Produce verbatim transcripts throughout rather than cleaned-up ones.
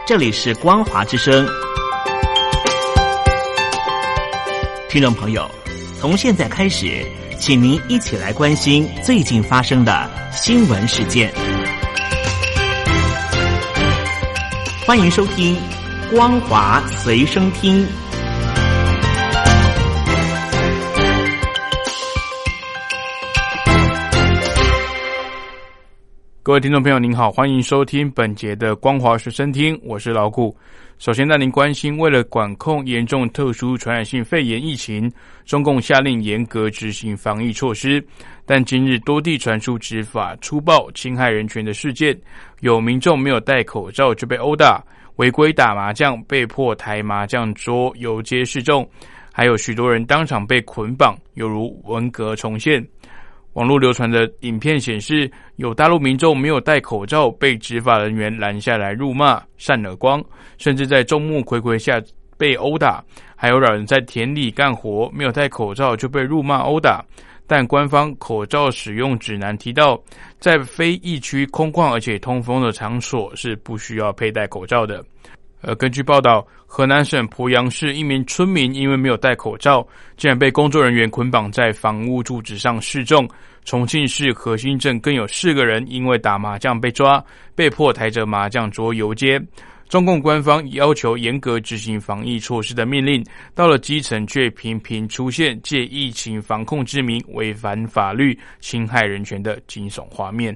这里是光华之声。听众朋友，从现在开始，请您一起来关心最近发生的新闻事件。欢迎收听光华随声听。 各位听众朋友您好，欢迎收听本节的光华随身听，我是老顾。首先带您关心，为了管控严重特殊传染性肺炎疫情，中共下令严格执行防疫措施，但今日多地传出执法粗暴侵害人权的事件，有民众没有戴口罩就被殴打，违规打麻将被迫抬麻将桌游街示众，还有许多人当场被捆绑，犹如文革重现。网络流传的影片显示，有大陆民众没有戴口罩被执法人员拦下来辱骂、扇耳光，甚至在众目睽睽下被殴打，还有老人在田里干活没有戴口罩就被辱骂殴打。但官方口罩使用指南提到，在非疫区空旷而且通风的场所是不需要佩戴口罩的。而根据报道，河南省濮阳市一名村民因为没有戴口罩，竟然被工作人员捆绑在房屋柱子上示众。重庆市河心镇更有四个人因为打麻将被抓，被迫抬着麻将桌游街。中共官方要求严格执行防疫措施的命令，到了基层却频频出现借疫情防控之名违反法律、侵害人权的惊悚画面。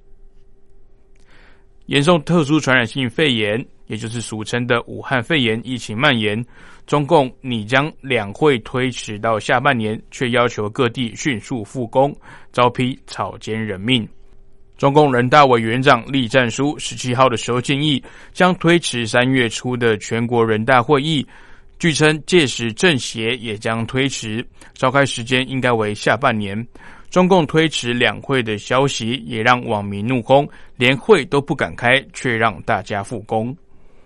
严重特殊传染性肺炎，也就是俗称的武汉肺炎疫情蔓延，中共拟将两会推迟到下半年，却要求各地迅速复工，招批草菅人命。中共人大委员长栗战书十七号的时候建议，将推迟三月初的全国人大会议，据称届时政协也将推迟，召开时间应该为下半年。中共推迟两会的消息也让网民怒轰，连会都不敢开，却让大家复工。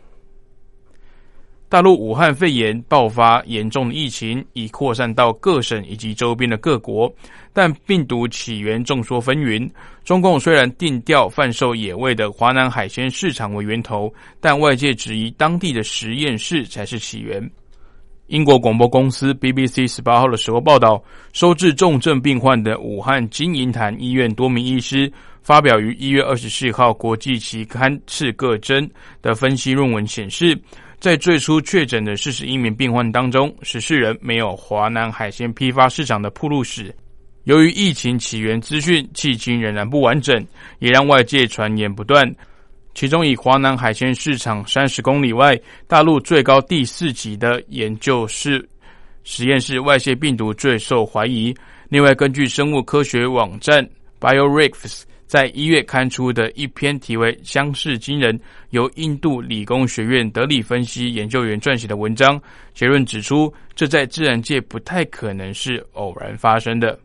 大陆武汉肺炎爆发严重的疫情，已扩散到各省以及周边的各国，但病毒起源众说纷纭。中共虽然定调贩售野味的华南海鲜市场为源头，但外界质疑当地的实验室才是起源。英国广播公司 B B C 十八号的时候报道，收治重症病患的武汉金银潭医院多名医师发表于一月二十四号国际期刊《刺个针》的分析论文显示，在最初确诊的四十一名病患当中，十四人没有华南海鲜批发市场的暴露史。由于疫情起源资讯迄今仍然不完整，也让外界传言不断。其中以华南海鲜市场三十公里外，大陆最高第四级的研究室实验室外泄病毒最受怀疑。另外，根据生物科学网站 BioRex 在一月刊出的一篇题为《相似惊人》，由印度理工学院德里分析研究员撰写的文章，结论指出，这在自然界不太可能是偶然发生的。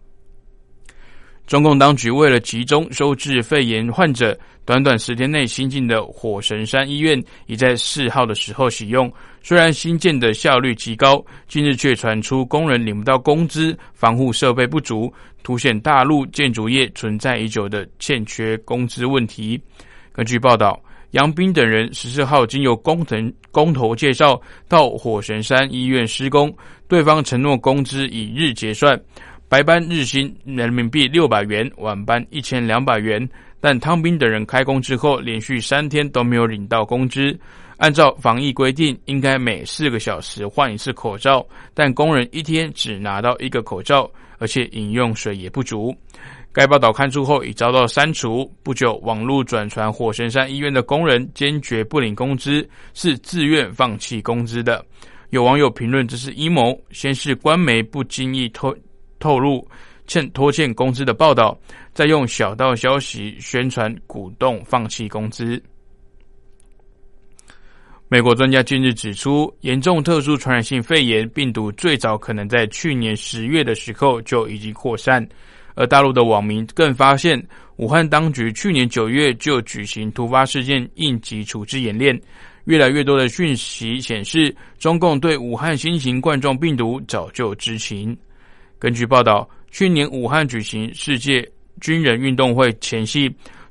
中共当局为了集中收治肺炎患者，短短十天内新进的火神山医院已在四号的时候启用。虽然新建的效率极高，近日却传出工人领不到工资，防护设备不足，凸显大陆建筑业存在已久的欠缺工资问题。根据报道，杨斌等人十四号经由工程工头介绍到火神山医院施工，对方承诺工资以日结算。白班日薪人民币六百元，晚班一千两百元，但汤斌等人开工之后连续三天都没有领到工资。按照防疫规定，应该每四个小时换一次口罩，但工人一天只拿到一个口罩，而且饮用水也不足。该报道刊出后已遭到删除，不久网络转传火神山医院的工人坚决不领工资，是自愿放弃工资的。有网友评论这是阴谋，先是官媒不经意透透露欠拖欠工资的报道，再用小道消息宣传鼓动放弃工资。美国专家近日指出，严重特殊传染性肺炎病毒最早可能在去年十月的时候就已经扩散，而大陆的网民更发现，武汉当局去年九月就举行突发事件应急处置演练。越来越多的讯息显示，中共对武汉新型冠状病毒早就知情。根据报道，去年武汉举行世界军人运动会前夕，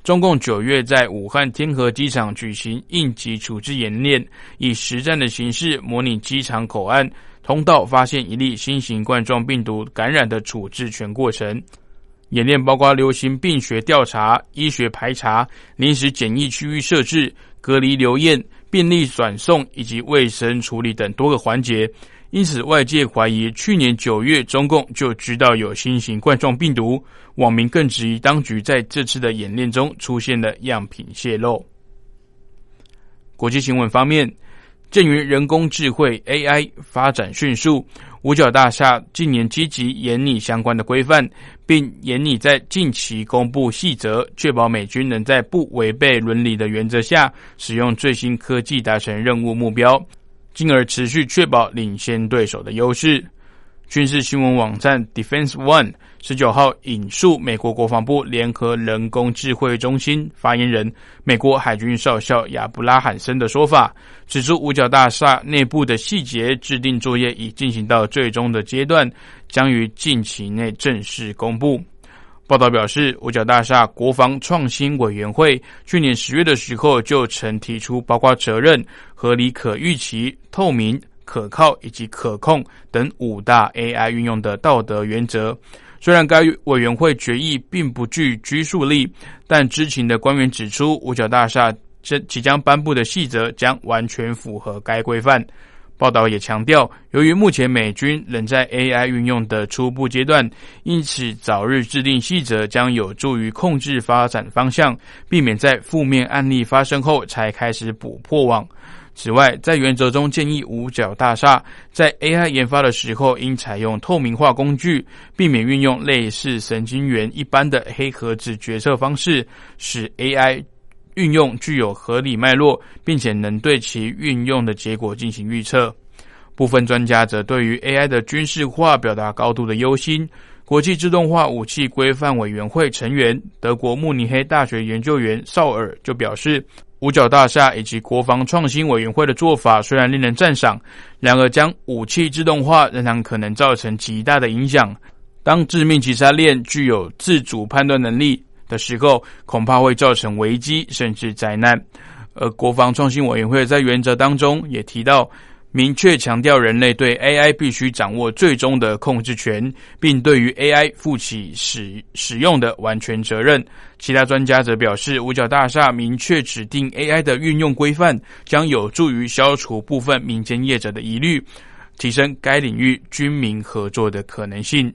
中共九月在武汉天河机场举行应急处置演练，以实战的形式模拟机场口岸通道发现一例新型冠状病毒感染的处置全过程。演练包括流行病学调查、医学排查、临时检疫区域设置、隔离留验、病例转送以及卫生处理等多个环节。因此外界怀疑去年九月中共就知道有新型冠状病毒，网民更质疑当局在这次的演练中出现了样品泄漏。国际新闻方面，鉴于人工智慧 A I 发展迅速，五角大厦近年积极研拟相关的规范，并研拟在近期公布细则，确保美军能在不违背伦理的原则下使用最新科技达成任务目标，进而持续确保领先对手的优势。军事新闻网站 Defense One 十九号引述美国国防部联合人工智慧中心发言人美国海军少校亚布拉罕森的说法，指出五角大厦内部的细节制定作业已进行到最终的阶段，将于近期内正式公布。报道表示，五角大厦国防创新委员会去年十月的时候就曾提出包括责任、合理可预期、透明、可靠以及可控等五大 A I 运用的道德原则。虽然该委员会决议并不具拘束力，但知情的官员指出，五角大厦即将颁布的细则将完全符合该规范。报道也强调，由于目前美军仍在 A I 运用的初步阶段，因此早日制定细则将有助于控制发展方向，避免在负面案例发生后才开始补破网。此外，在原则中建议五角大厦在 A I 研发的时候应采用透明化工具，避免运用类似神经元一般的黑盒子决策方式，使 A I 运用具有合理脉络，并且能对其运用的结果进行预测。部分专家则对于 A I 的军事化表达高度的忧心。国际自动化武器规范委员会成员、德国慕尼黑大学研究员绍尔就表示，五角大厦以及国防创新委员会的做法虽然令人赞赏，然而将武器自动化仍然可能造成极大的影响。当致命击杀链具有自主判断能力的时候，恐怕会造成危机甚至灾难。而国防创新委员会在原则当中也提到，明确强调人类对 A I 必须掌握最终的控制权，并对于 A I 负起使使用的完全责任。其他专家则表示，五角大厦明确指定 A I 的运用规范，将有助于消除部分民间业者的疑虑，提升该领域军民合作的可能性。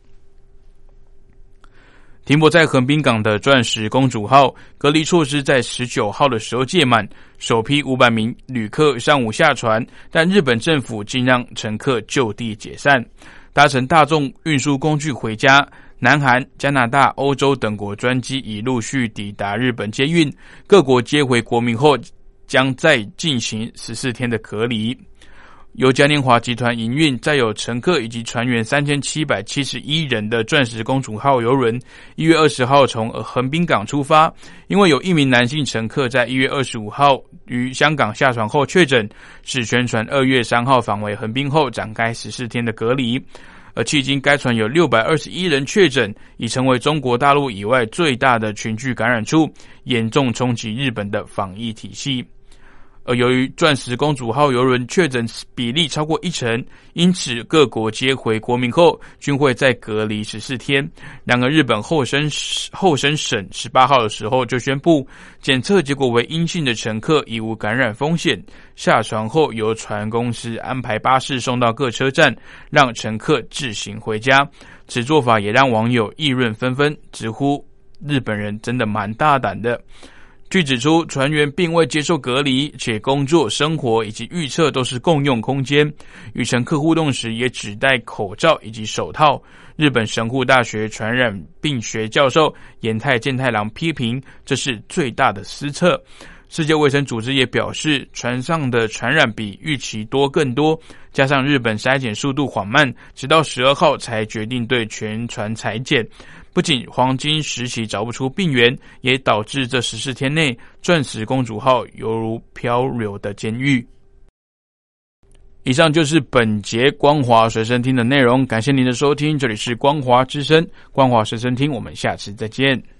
停泊在横滨港的钻石公主号隔离措施在十九号的时候届满，首批五百名旅客上午下船，但日本政府竟让乘客就地解散，搭乘大众运输工具回家。南韩、加拿大、欧洲等国专机已陆续抵达日本接运，各国接回国民后将再进行十四天的隔离。由嘉年华集团营运，载有乘客以及船员三千七百七十一人的钻石公主号邮轮，一月二十号从横滨港出发。因为有一名男性乘客在一月二十五号于香港下船后确诊，使全船二月三号返回横滨后展开十四天的隔离。而迄今该船有六百二十一人确诊，已成为中国大陆以外最大的群聚感染处，严重冲击日本的防疫体系。而由于钻石公主号邮轮确诊比例超过一成，因此各国接回国民后均会再隔离十四天。然而日本厚生厚生省十八号的时候就宣布，检测结果为阴性的乘客已无感染风险，下船后由船公司安排巴士送到各车站，让乘客自行回家。此做法也让网友议论纷纷，直呼日本人真的蛮大胆的。据指出，船员并未接受隔离，且工作、生活以及预测都是共用空间，与乘客互动时也只戴口罩以及手套。日本神户大学传染病学教授岩太健太郎批评，这是最大的失策。世界卫生组织也表示，船上的传染比预期多更多，加上日本筛检速度缓慢，直到十二号才决定对全船采检。不仅黄金时期找不出病源，也导致这十四天内钻石公主号犹如漂流的监狱。以上就是本节光华随身听的内容，感谢您的收听，这里是光华之声，光华随身听，我们下次再见。